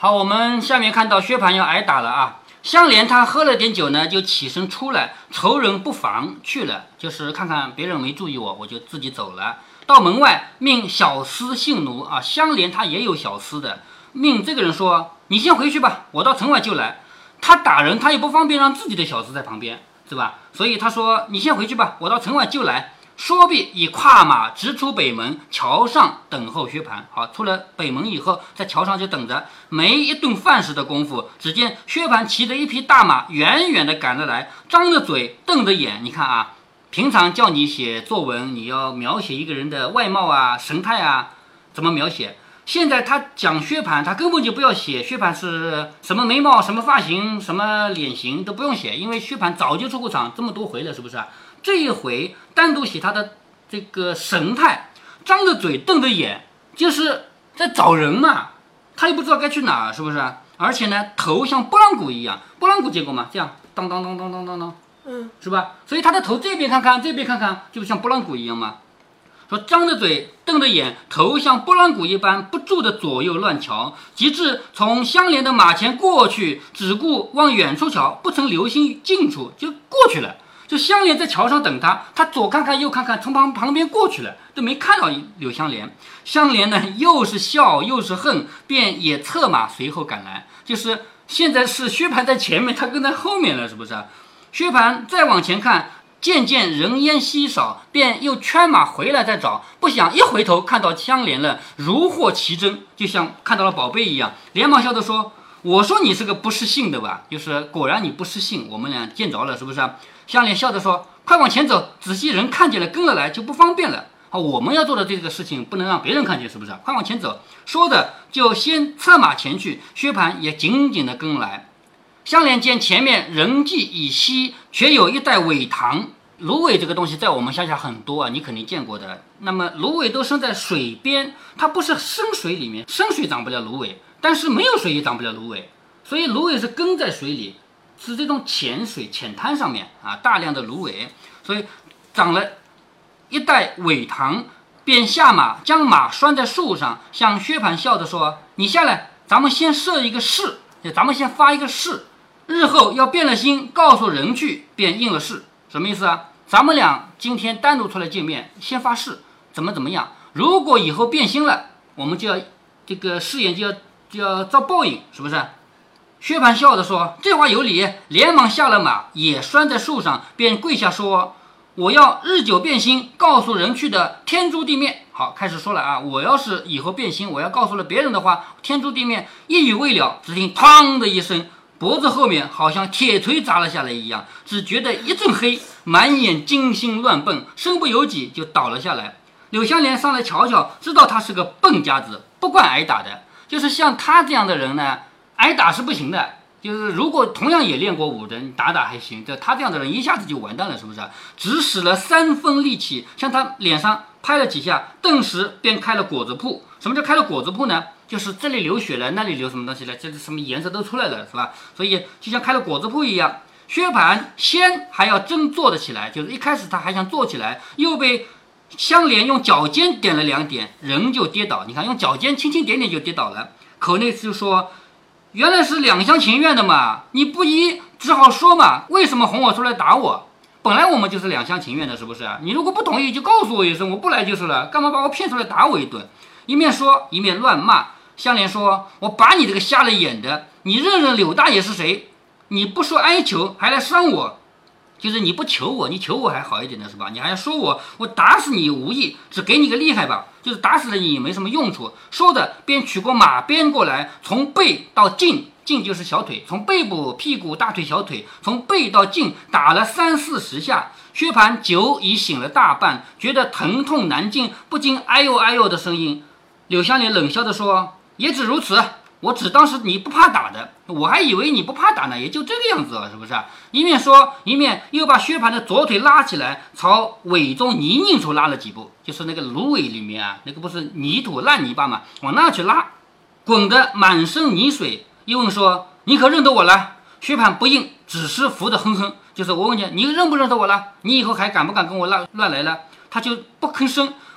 好，我们下面看到薛蟠要挨打了啊。香莲他喝了点酒呢，就起身出来，仇人不防去了，就是看看别人没注意我，我就自己走了。到门外，命小厮信奴啊，香莲他也有小厮的，命这个人说：“你先回去吧，我到城外就来。”他打人，他也不方便让自己的小厮在旁边，是吧？所以他说：“你先回去吧，我到城外就来。”说毕，已跨马直出北门，桥上等候薛蟠。好，出了北门以后，在桥上就等着。没一顿饭食的功夫，只见薛蟠骑着一匹大马，远远的赶了来，张着嘴，瞪着眼。你看啊，平常叫你写作文，你要描写一个人的外貌啊、神态啊，怎么描写？现在他讲薛蟠，他根本就不要写薛蟠是什么眉毛、什么发型、什么脸型都不用写，因为薛蟠早就出过场这么多回了，是不是啊？这一回单独写他的这个神态，张着嘴瞪着眼，就是在找人嘛，他又不知道该去哪儿，是不是？而且呢，头像拨浪鼓一样，拨浪鼓见过吗？这样当当当当当当当，是吧？所以他的头这边看看，这边看看，就像拨浪鼓一样嘛。说张着嘴瞪着眼，头像拨浪鼓一般不住的左右乱瞧，及至从香莲的马前过去，只顾往远处瞧，不曾留心近处，就过去了。就香莲在桥上等他，他左看看右看看，从旁边过去了，都没看到柳香莲。香莲呢，又是笑又是恨，便也策马随后赶来。就是现在是薛蟠在前面，他跟在后面了，是不是？薛蟠再往前看，渐渐人烟稀少，便又圈马回来再找，不想一回头看到香莲了，如获其珍，就像看到了宝贝一样，连忙笑着说：“我说你是个不识信的吧？就是果然你不识信，我们俩见着了，是不是？”香莲笑着说：“快往前走，仔细人看见了跟了来就不方便了。好，我们要做的这个事情不能让别人看见，是不是？快往前走。”说着就先策马前去，薛蟠也紧紧的跟来。香莲见前面人迹已稀，却有一带苇塘。芦苇这个东西在我们乡下很多啊，你肯定见过的。那么芦苇都生在水边，它不是深水里面，深水长不了芦苇，但是没有水也长不了芦苇，所以芦苇是根在水里，是这种浅水浅滩上面啊，大量的芦苇，所以长了一带苇塘，便下马将马拴在树上，向薛蟠笑着说：“你下来，咱们先设一个誓，咱们先发一个誓，日后要变了心，告诉人去，便应了誓。”什么意思啊？咱们俩今天单独出来见面，先发誓，怎么样？如果以后变心了，我们就要这个誓言就要遭报应，是不是？薛蟠笑着说：“这话有理。”连忙下了马，也拴在树上，便跪下说：“我要日久变心，告诉人去的天诛地灭。”好，开始说了啊，我要是以后变心，我要告诉了别人的话，天诛地灭。一语未了，只听砰的一声，脖子后面好像铁锤砸了下来一样，只觉得一阵黑，满眼惊心乱蹦，身不由己就倒了下来。柳香莲上来瞧瞧，知道他是个笨家子，不惯挨打的。就是像他这样的人呢，挨打是不行的。就是如果同样也练过武的，你打还行，他这样的人一下子就完蛋了，是不是？只使了3分力气，向他脸上拍了几下，顿时便开了果子铺。什么叫开了果子铺呢？就是这里流血了，那里流什么东西了，这什么颜色都出来了，是吧？所以就像开了果子铺一样。薛蟠先还要真坐得起来，就是一开始他还想坐起来，又被香莲用脚尖点了2点，人就跌倒。你看，用脚尖轻轻点点就跌倒了。口内就说：“原来是两厢情愿的嘛，你不依只好说嘛，为什么哄我出来打我？本来我们就是两厢情愿的，是不是？你如果不同意就告诉我一声，我不来就是了，干嘛把我骗出来打我一顿？”一面说一面乱骂。香莲说：“我把你这个瞎了眼的，你认认柳大爷是谁？你不说哀求，还来伤我，就是你不求我，你求我还好一点的是吧？你还要说我打死你无益，只给你个厉害吧，就是打死了你也没什么用处。”说着便取过马鞭过来，从背到颈就是小腿，从背部、屁股、大腿、小腿，从背到颈打了30-40下。薛蟠酒已醒了大半，觉得疼痛难禁，不禁哎呦哎呦的声音。柳香莲冷笑着说：“也只如此，我只当是你不怕打的，我还以为你不怕打呢，也就这个样子了，是不是？”一面说一面又把薛蟠的左腿拉起来，朝苇中泥泞处拉了几步，就是那个芦苇里面啊，那个不是泥土烂泥巴嘛，往那去拉，滚得满身泥水。又问说：“你可认得我了？”薛蟠不应，只是扶着哼哼，就是我问你，你认不认得我了？你以后还敢不敢跟我乱来了？他就不吭声，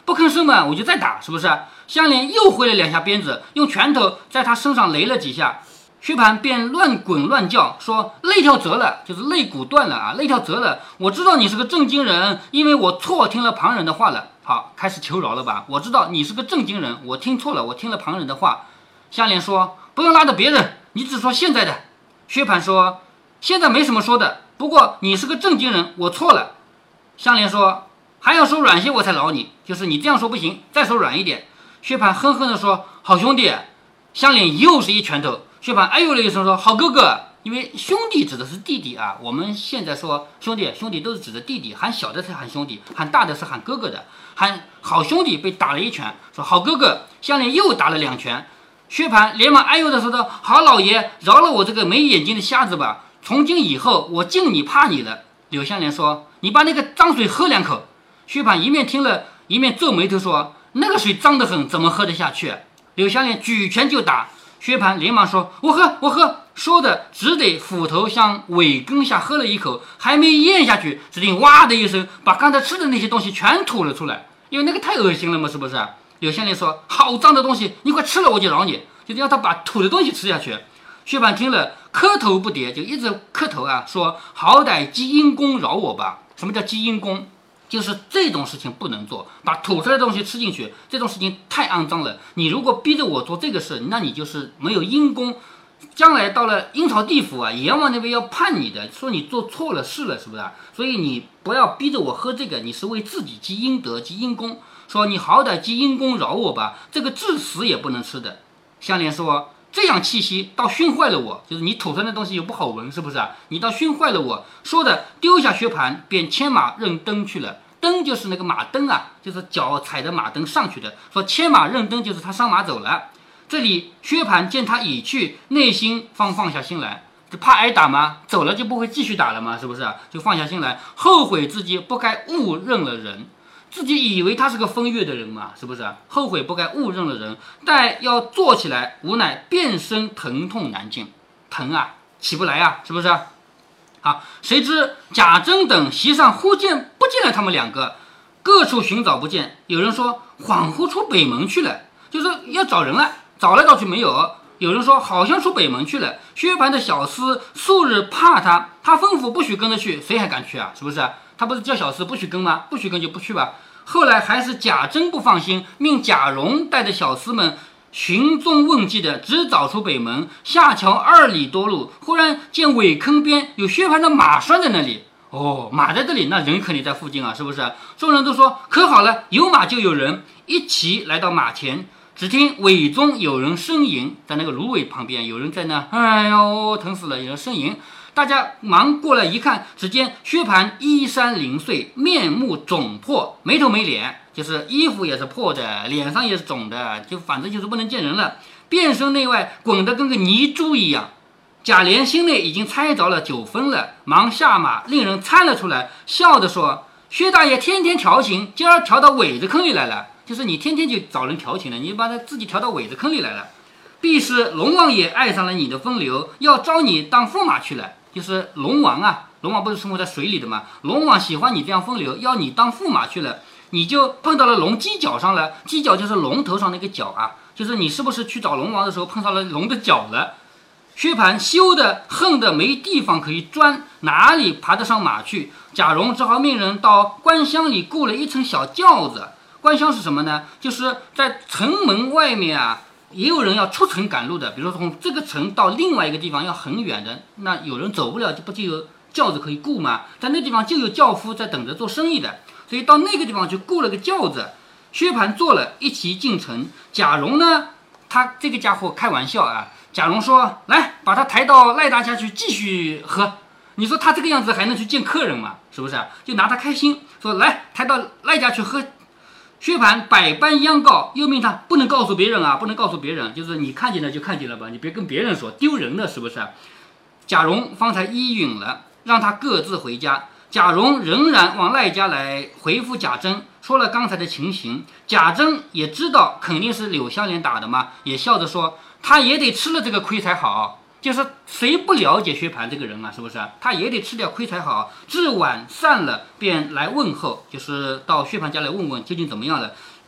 不吭声嘛，我就再打，是不是？香莲又挥了2下鞭子，用拳头在他身上擂了几下，薛蟠便乱滚乱叫，说肋条折了，就是肋骨断了啊，肋条折了。我知道你是个正经人，因为我错听了旁人的话了。好，开始求饶了吧？我知道你是个正经人，我听错了，我听了旁人的话。香莲说：“不用拉着别人，你只说现在的。”薛蟠说：“现在没什么说的，不过你是个正经人，我错了。”香莲说：“还要手软些我才饶你，就是你这样说不行，再手软一点。”薛蟠哼哼地说：“好兄弟。”香莲又是一拳头。薛蟠哎呦了一声说：“好哥哥。”因为兄弟指的是弟弟啊，我们现在说兄弟都是指的弟弟，喊小的是喊兄弟，喊大的是喊哥哥的。喊好兄弟被打了一拳，说好哥哥。香莲又打了2拳。薛蟠连忙哎呦的说道：“好老爷，饶了我这个没眼睛的瞎子吧！从今以后，我敬你怕你了。”柳香莲说：“你把那个脏水喝2口。”薛蟠一面听了，一面皱眉头说：“那个水脏得很，怎么喝得下去？”柳香莲举拳就打。薛蟠连忙说：“我喝。”说的只得斧头向尾根下喝了1口，还没咽下去，只听哇的一声，把刚才吃的那些东西全吐了出来，因为那个太恶心了嘛，是不是？柳香莲说：“好脏的东西，你快吃了我就饶你。”就是要他把吐的东西吃下去。薛蟠听了磕头不迭，就一直磕头啊，说：“好歹积阴功饶我吧。”什么叫积阴功？就是这种事情不能做，把吐出来的东西吃进去，这种事情太肮脏了。你如果逼着我做这个事，那你就是没有阴功，将来到了阴曹地府啊，阎王那边要判你的，说你做错了事了，是不是？所以你不要逼着我喝这个，你是为自己积阴德、积阴功。说你好歹积阴功饶我吧，这个至死也不能吃的。香莲说：“这样气息倒熏坏了我，就是你吐出来的东西又不好闻，是不是？你倒熏坏了我。”说的丢下薛蟠，便牵马认灯去了。灯就是那个马灯啊，就是脚踩着马灯上去的。说牵马认灯就是他上马走了。这里薛蟠见他已去，内心放下心来，就怕挨打吗？走了就不会继续打了吗？是不是？就放下心来，后悔自己不该误认了人。自己以为他是个风月的人嘛，是不是？后悔不该误认了人，待要坐起来，无奈遍身疼痛难禁，疼啊，起不来啊，是不是？好，谁知贾珍等席上忽不见了他们2个，各处寻找不见。有人说恍惚出北门去了，就是要找人了，找来找去没有。有人说好像出北门去了。薛蟠的小厮素日怕他吩咐不许跟着去，谁还敢去啊？是不是？他不是叫小厮不许跟吗？不许跟就不去吧。后来还是贾珍不放心，命贾蓉带着小厮们寻踪问迹的，只找出北门，下桥2里多路，忽然见苇坑边有薛蟠的马拴在那里。哦，马在这里，那人肯定在附近啊，是不是？众人都说可好了，有马就有人，一齐来到马前。只听尾中有人呻吟，在那个芦苇旁边有人在那，哎呦，疼死了，有人呻吟。大家忙过来一看，只见薛蟠衣衫零碎，面目肿破，没头没脸，就是衣服也是破的，脸上也是肿的，就反正就是不能见人了，遍身内外滚得跟个泥珠一样。贾琏心内已经猜着了9分了，忙下马令人搀了出来，笑着说：“薛大爷天天调情，今儿调到苇子坑里来了。”就是你天天就找人调情了，你把他自己调到苇子坑里来了。必是龙王爷爱上了你的风流，要招你当驸马去了。就是龙王啊，龙王不是生活在水里的吗？龙王喜欢你这样风流，要你当驸马去了，你就碰到了龙犄角上了。犄角就是龙头上那个角啊，就是你是不是去找龙王的时候碰到了龙的角了？薛蟠羞得恨得没地方可以钻，哪里爬得上马去？贾蓉只好命人到官乡里雇了一乘小轿子。官乡是什么呢？就是在城门外面啊，也有人要出城赶路的，比如说从这个城到另外一个地方要很远的，那有人走不了，就有轿子可以雇吗？在那地方就有轿夫在等着做生意的，所以到那个地方就雇了个轿子。薛蟠坐了，一齐进城。贾蓉呢，他这个家伙开玩笑啊。贾蓉说：“来，把他抬到赖大家去继续喝。”你说他这个样子还能去见客人吗？是不是？就拿他开心，说来抬到赖家去喝。薛蟠百般央告，又命他不能告诉别人啊，不能告诉别人，就是你看见了就看见了吧，你别跟别人说，丢人了，是不是？贾蓉方才依允了，让他各自回家。贾蓉仍然往赖家来回复贾珍，说了刚才的情形。贾珍也知道肯定是柳香莲打的嘛，也笑着说他也得吃了这个亏才好。就是谁不了解薛蟠这个人啊，是不是？他也得吃掉亏才好。至晚散了，便来问候，就是到薛蟠家来问问究竟怎么样了。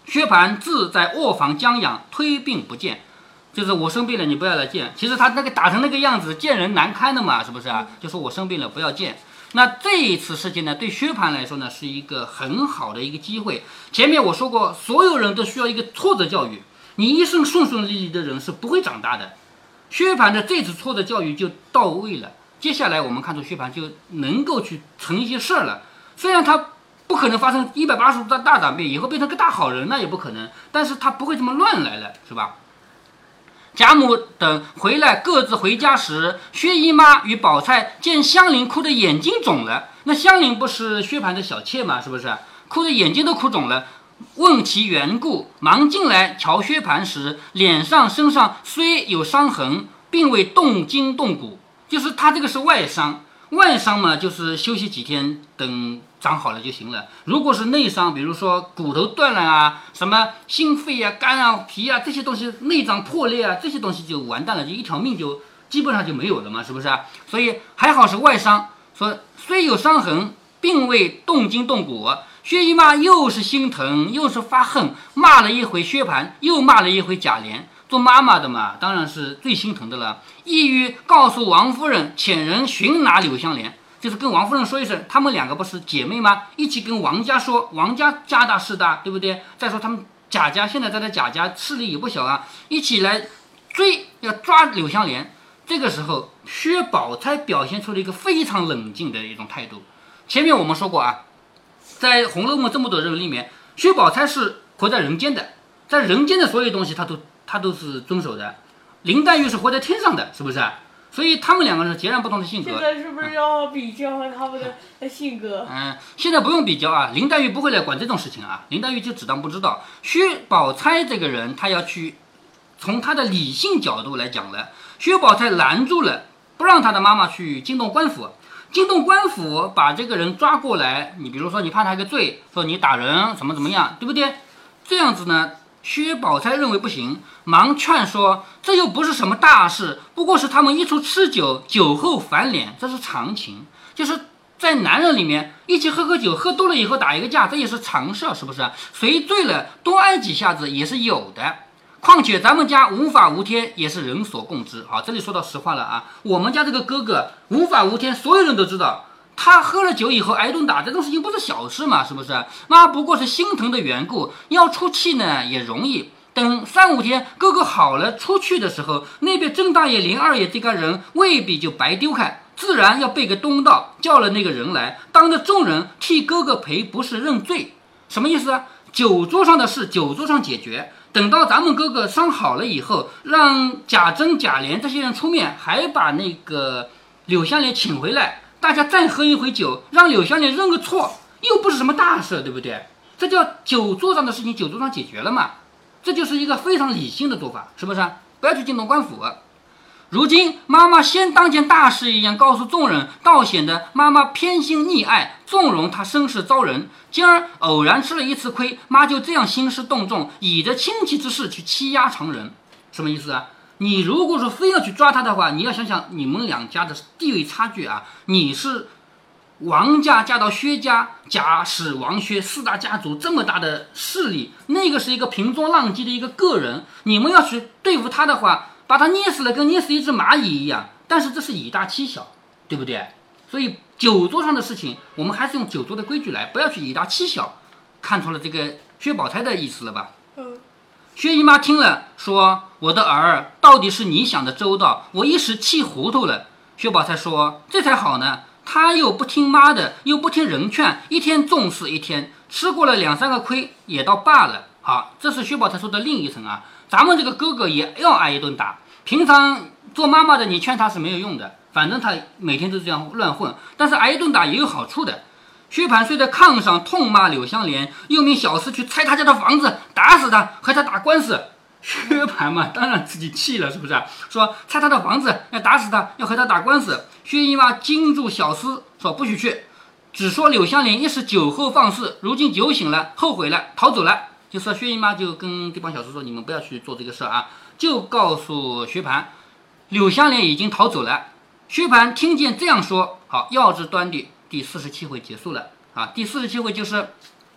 薛蟠自在卧房将养，推病不见。就是我生病了，你不要来见。其实他那个打成那个样子，见人难堪的嘛，是不是啊？就说我生病了，不要见。那这一次事件呢，对薛蟠来说呢，是一个很好的一个机会。前面我说过，所有人都需要一个挫折教育，你一生顺顺利利的人是不会长大的。薛蟠的这次挫折教育就到位了。接下来我们看出薛蟠就能够去成一些事儿了。虽然他不可能发生180度的大转变，以后变成个大好人，那也不可能，但是他不会这么乱来了，是吧？贾母等回来各自回家时，薛姨妈与宝钗见香菱哭得眼睛肿了。那香菱不是薛蟠的小妾嘛，是不是？哭得眼睛都哭肿了，问其缘故，忙进来瞧薛蟠时，脸上身上虽有伤痕，并未动筋动骨，就是他这个是外伤。外伤嘛，就是休息几天，等长好了就行了。如果是内伤，比如说骨头断了啊，什么心肺啊、肝啊、脾啊这些东西，内脏破裂啊，这些东西就完蛋了，就一条命就基本上就没有了嘛，是不是？所以还好是外伤，说虽有伤痕，并未动筋动骨。薛姨妈又是心疼又是发恨，骂了一回薛蟠，又骂了一回贾琏。做妈妈的嘛，当然是最心疼的了。意欲告诉王夫人，遣人寻拿柳湘莲，就是跟王夫人说一声，她们两个不是姐妹吗？一起跟王家说，王家家大势大，对不对？再说他们贾家现在在贾家势力也不小啊，一起来追，要抓柳湘莲。这个时候，薛宝钗表现出了一个非常冷静的一种态度。前面我们说过啊，在《红楼梦》这么多人里面，薛宝钗是活在人间的，在人间的所有东西他都是遵守的。林黛玉是活在天上的，是不是？所以他们两个人是截然不同的性格。 现在是不是要比较他们的性格？ 现在不用比较啊，林黛玉不会来管这种事情啊，林黛玉就只当不知道。薛宝钗这个人，他要去从他的理性角度来讲了。薛宝钗拦住了，不让他的妈妈去惊动官府。惊动官府把这个人抓过来，你比如说你判他一个罪，说你打人怎么样，对不对？这样子呢，薛宝钗认为不行，忙劝说这又不是什么大事，不过是他们一处吃酒，酒后翻脸，这是常情。就是在男人里面一起喝酒，喝多了以后打一个架，这也是常事，是不是？谁醉了多挨几下子也是有的。况且咱们家无法无天，也是人所共知。好，这里说到实话了啊，我们家这个哥哥无法无天，所有人都知道。他喝了酒以后挨顿打，这种事情不是小事嘛，是不是？妈不过是心疼的缘故，要出气呢也容易。等3、5天哥哥好了出去的时候，那边甄大爷、林二爷这个人未必就白丢开，自然要备个东道，叫了那个人来，当着众人替哥哥赔不是认罪。什么意思啊？酒桌上的事酒桌上解决，等到咱们哥哥伤好了以后，让贾珍、贾琏这些人出面，还把那个柳湘莲请回来，大家再喝一回酒，让柳湘莲认个错，又不是什么大事，对不对？这叫酒桌上的事情酒桌上解决了嘛？这就是一个非常理性的做法，是不是？不要去惊动官府。如今妈妈先当件大事一样告诉众人，倒显得妈妈偏心溺爱，纵容她身世遭人。今儿偶然吃了一次亏，妈就这样兴师动众，以着亲戚之事去欺压常人。什么意思啊？你如果说非要去抓他的话，你要想想你们两家的地位差距啊！你是王家嫁到薛家，贾史王薛4大家族这么大的势力，那个是一个平中浪迹的一个个人，你们要去对付他的话，把他捏死了跟捏死一只蚂蚁一样。但是这是以大欺小，对不对？所以酒桌上的事情，我们还是用酒桌的规矩来，不要去以大欺小。看出了这个薛宝钗的意思了吧？薛姨妈听了说：“我的儿，到底是你想的周到，我一时气糊涂了。”薛宝钗说：“这才好呢，他又不听妈的，又不听人劝，一天重视一天，吃过了2、3个亏，也倒罢了。”好，这是薛宝钗说的另一层啊。咱们这个哥哥也要挨一顿打，平常做妈妈的你劝他是没有用的，反正他每天都这样乱混，但是挨一顿打也有好处的。薛蟠睡在炕上痛骂柳湘莲，又命小厮去拆他家的房子，打死他，和他打官司。薛蟠嘛，当然自己气了，是不是？说拆他的房子，要打死他，要和他打官司。薛姨妈惊住小厮，说不许去，只说柳湘莲一时酒后放肆，如今酒醒了，后悔了，逃走了。就说薛姨妈就跟这帮小厮说，你们不要去做这个事啊，就告诉薛蟠，柳湘莲已经逃走了。薛蟠听见这样说，好，要知端地。第47回结束了啊。第47回就是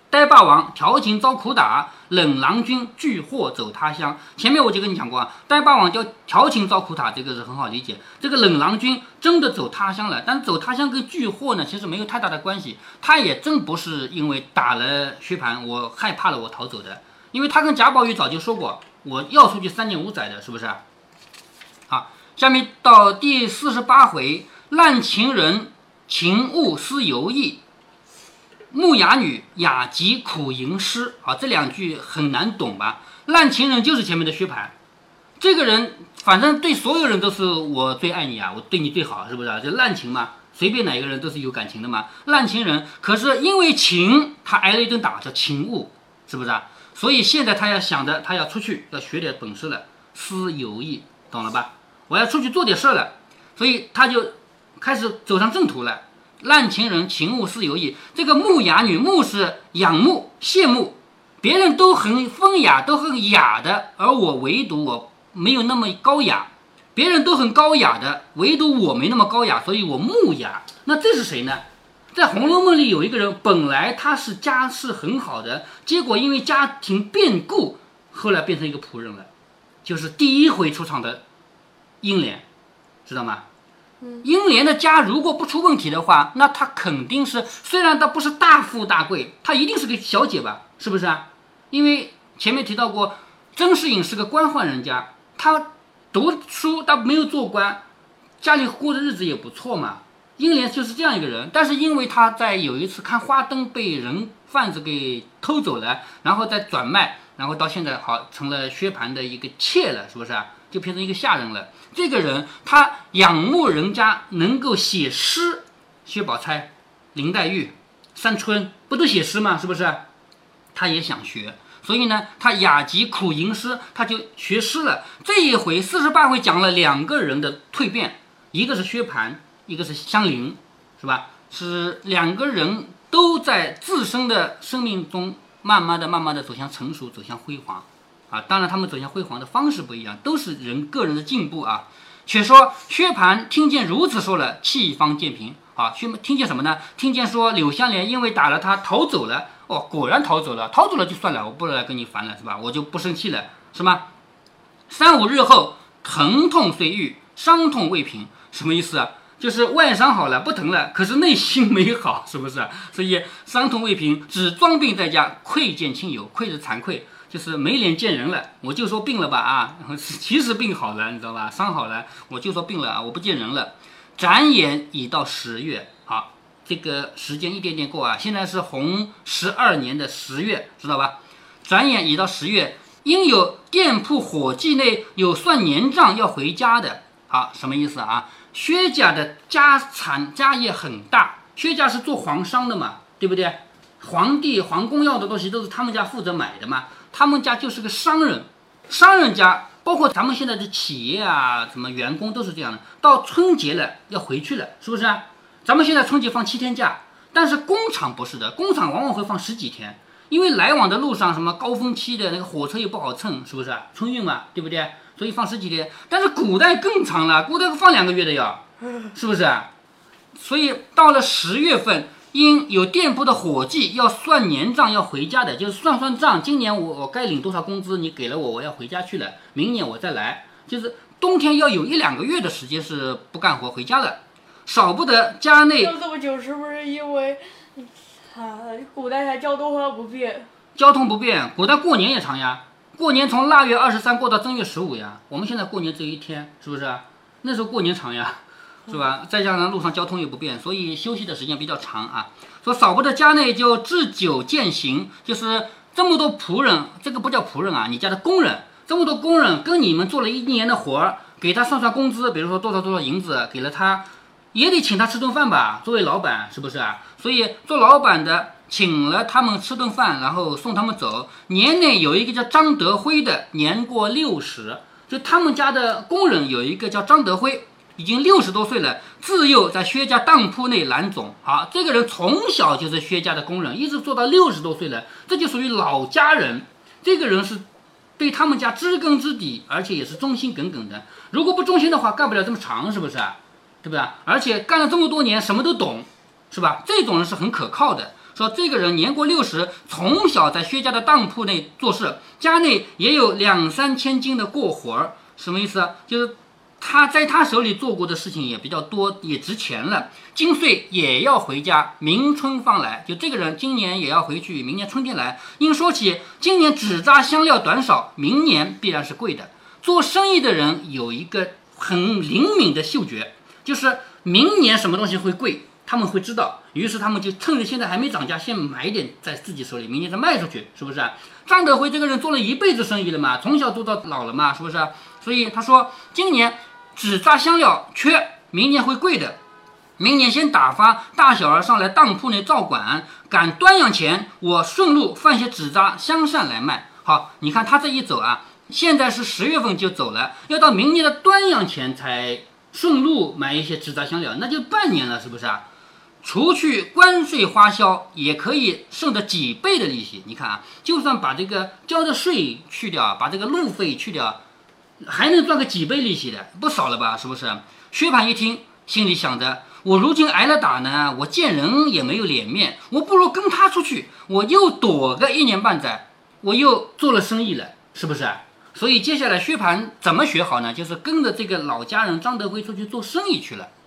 呆霸王调情遭苦打，冷郎君拒祸走他乡。前面我就跟你讲过啊，呆霸王叫调情遭苦打，这个是很好理解。这个冷郎君真的走他乡了，但走他乡跟拒祸呢，其实没有太大的关系。他也真不是因为打了薛蟠，我害怕了我逃走的，因为他跟贾宝玉早就说过，我要出去3年5载的，是不是？好，下面到第48回，烂情人情物思犹意，木雅女雅集苦吟诗。啊，这2句很难懂吧？烂情人就是前面的薛蟠，这个人反正对所有人都是我最爱你啊，我对你最好，是不是啊？这烂情嘛，随便哪个人都是有感情的嘛。烂情人，可是因为情，他挨了一顿打，叫情物，是不是啊？所以现在他要想着，他要出去，要学点本事了，思犹意，懂了吧？我要出去做点事了，所以他就开始走上正途了。烂情人情物思犹意，这个木雅女，木是仰慕羡慕，别人都很风雅，都很雅的，而我唯独我没有那么高雅，别人都很高雅的，唯独我没那么高雅，所以我木雅。那这是谁呢？在《红楼梦》里有一个人，本来他是家世很好的，结果因为家庭变故，后来变成一个仆人了，就是第1回出场的英莲，知道吗？英莲的家如果不出问题的话，那她肯定是，虽然她不是大富大贵，她一定是个小姐吧，是不是啊？因为前面提到过，甄士隐是个官宦人家，他读书他没有做官，家里过的日子也不错嘛。英莲就是这样一个人，但是因为他在有一次看花灯被人贩子给偷走了，然后再转卖，然后到现在好成了薛蟠的一个妾了，是不是啊？就变成一个下人了。这个人他仰慕人家能够写诗，薛宝钗、林黛玉、三春不都写诗吗？是不是？他也想学，所以呢，他雅集苦吟诗，他就学诗了。这一回48回讲了2个人的蜕变，一个是薛蟠，一个是香菱，是吧？是2个人都在自身的生命中慢慢的走向成熟，走向辉煌。啊，当然他们走向辉煌的方式不一样，都是个人的进步啊。却说薛蟠听见如此说了，气方渐平。啊，听见什么呢？听见说柳湘莲因为打了他逃走了。哦，果然逃走了，逃走了就算了，我不来跟你烦了，是吧？我就不生气了，是吗？3、5日后，疼痛虽愈，伤痛未平。什么意思啊？就是外伤好了，不疼了，可是内心没好，是不是？所以伤痛未平，只装病在家，愧见亲友。愧是惭愧，就是没脸见人了。我就说病了吧啊，其实病好了，你知道吧？伤好了，我就说病了啊，我不见人了。转眼已到10月，好，这个时间一点点过啊，现在是洪12年的10月，知道吧？转眼已到10月，因有店铺伙计内有算年账要回家的。好，什么意思啊？薛家的家产家业很大，薛家是做皇商的嘛，对不对？皇帝皇宫要的东西都是他们家负责买的嘛，他们家就是个商人，商人家包括咱们现在的企业啊，什么员工都是这样的，到春节了要回去了，是不是啊？咱们现在春节放7天假，但是工厂不是的，工厂往往会放10几天，因为来往的路上什么高峰期的那个火车也不好蹭，是不是啊？春运嘛，对不对？所以放10几天，但是古代更长了，古代放2个月的要，是不是啊？所以到了10月份，因有店铺的伙计要算年账要回家的，就是算账，今年我该领多少工资，你给了我，我要回家去了，明年我再来，就是冬天要有1、2个月的时间是不干活回家了，少不得家内。 要这么久是不是因为古代交通还不便？ 交通不便，古代过年也长呀，过年从腊月23过到正月15呀，我们现在过年只有1天，是不是？那时候过年长呀，是吧？再加上路上交通也不便，所以休息的时间比较长啊。说少不得家内就置酒饯行，就是这么多仆人，这个不叫仆人啊，你家的工人，这么多工人跟你们做了1年的活儿，给他算工资，比如说多少银子，给了他，也得请他吃顿饭吧，作为老板，是不是啊？所以做老板的请了他们吃顿饭，然后送他们走。年内有一个叫张德辉的，年过60，就他们家的工人有一个叫张德辉，已经60多岁了，自幼在薛家当铺内揽种。好，这个人从小就是薛家的工人，一直做到60多岁了，这就属于老家人。这个人是对他们家知根知底，而且也是忠心耿耿的。如果不忠心的话，干不了这么长，是不是啊？对吧？而且干了这么多年，什么都懂，是吧？这种人是很可靠的。 说这个人年过60，从小在薛家的当铺内做事，家内也有2、3千斤的过活儿。什么意思啊？就是他在他手里做过的事情也比较多，也值钱了。今岁也要回家，明春方来。就这个人今年也要回去，明年春天来。因说起今年纸扎香料短少，明年必然是贵的。做生意的人有一个很灵敏的嗅觉，就是明年什么东西会贵，他们会知道，于是他们就趁着现在还没涨价，先买一点在自己手里，明年再卖出去，是不是啊？张德辉这个人做了一辈子生意了嘛，从小做到老了嘛，是不是啊？所以他说今年纸扎香料缺，明年会贵的。明年先打发大小儿上来当铺内照管，赶端阳前，我顺路放些纸扎香扇来卖。好，你看他这一走啊，现在是10月份就走了，要到明年的端阳前才顺路买一些纸扎香料，那就半年了，是不是啊？除去关税花销，也可以剩得几倍的利息。你看啊，就算把这个交的税去掉，把这个路费去掉，还能赚个几倍利息的，不少了吧？是不是？薛蟠一听，心里想着，我如今挨了打呢，我见人也没有脸面，我不如跟他出去，我又躲个1年半载，我又做了生意了，是不是？所以接下来薛蟠怎么学好呢？就是跟着这个老家人张德辉出去做生意去了。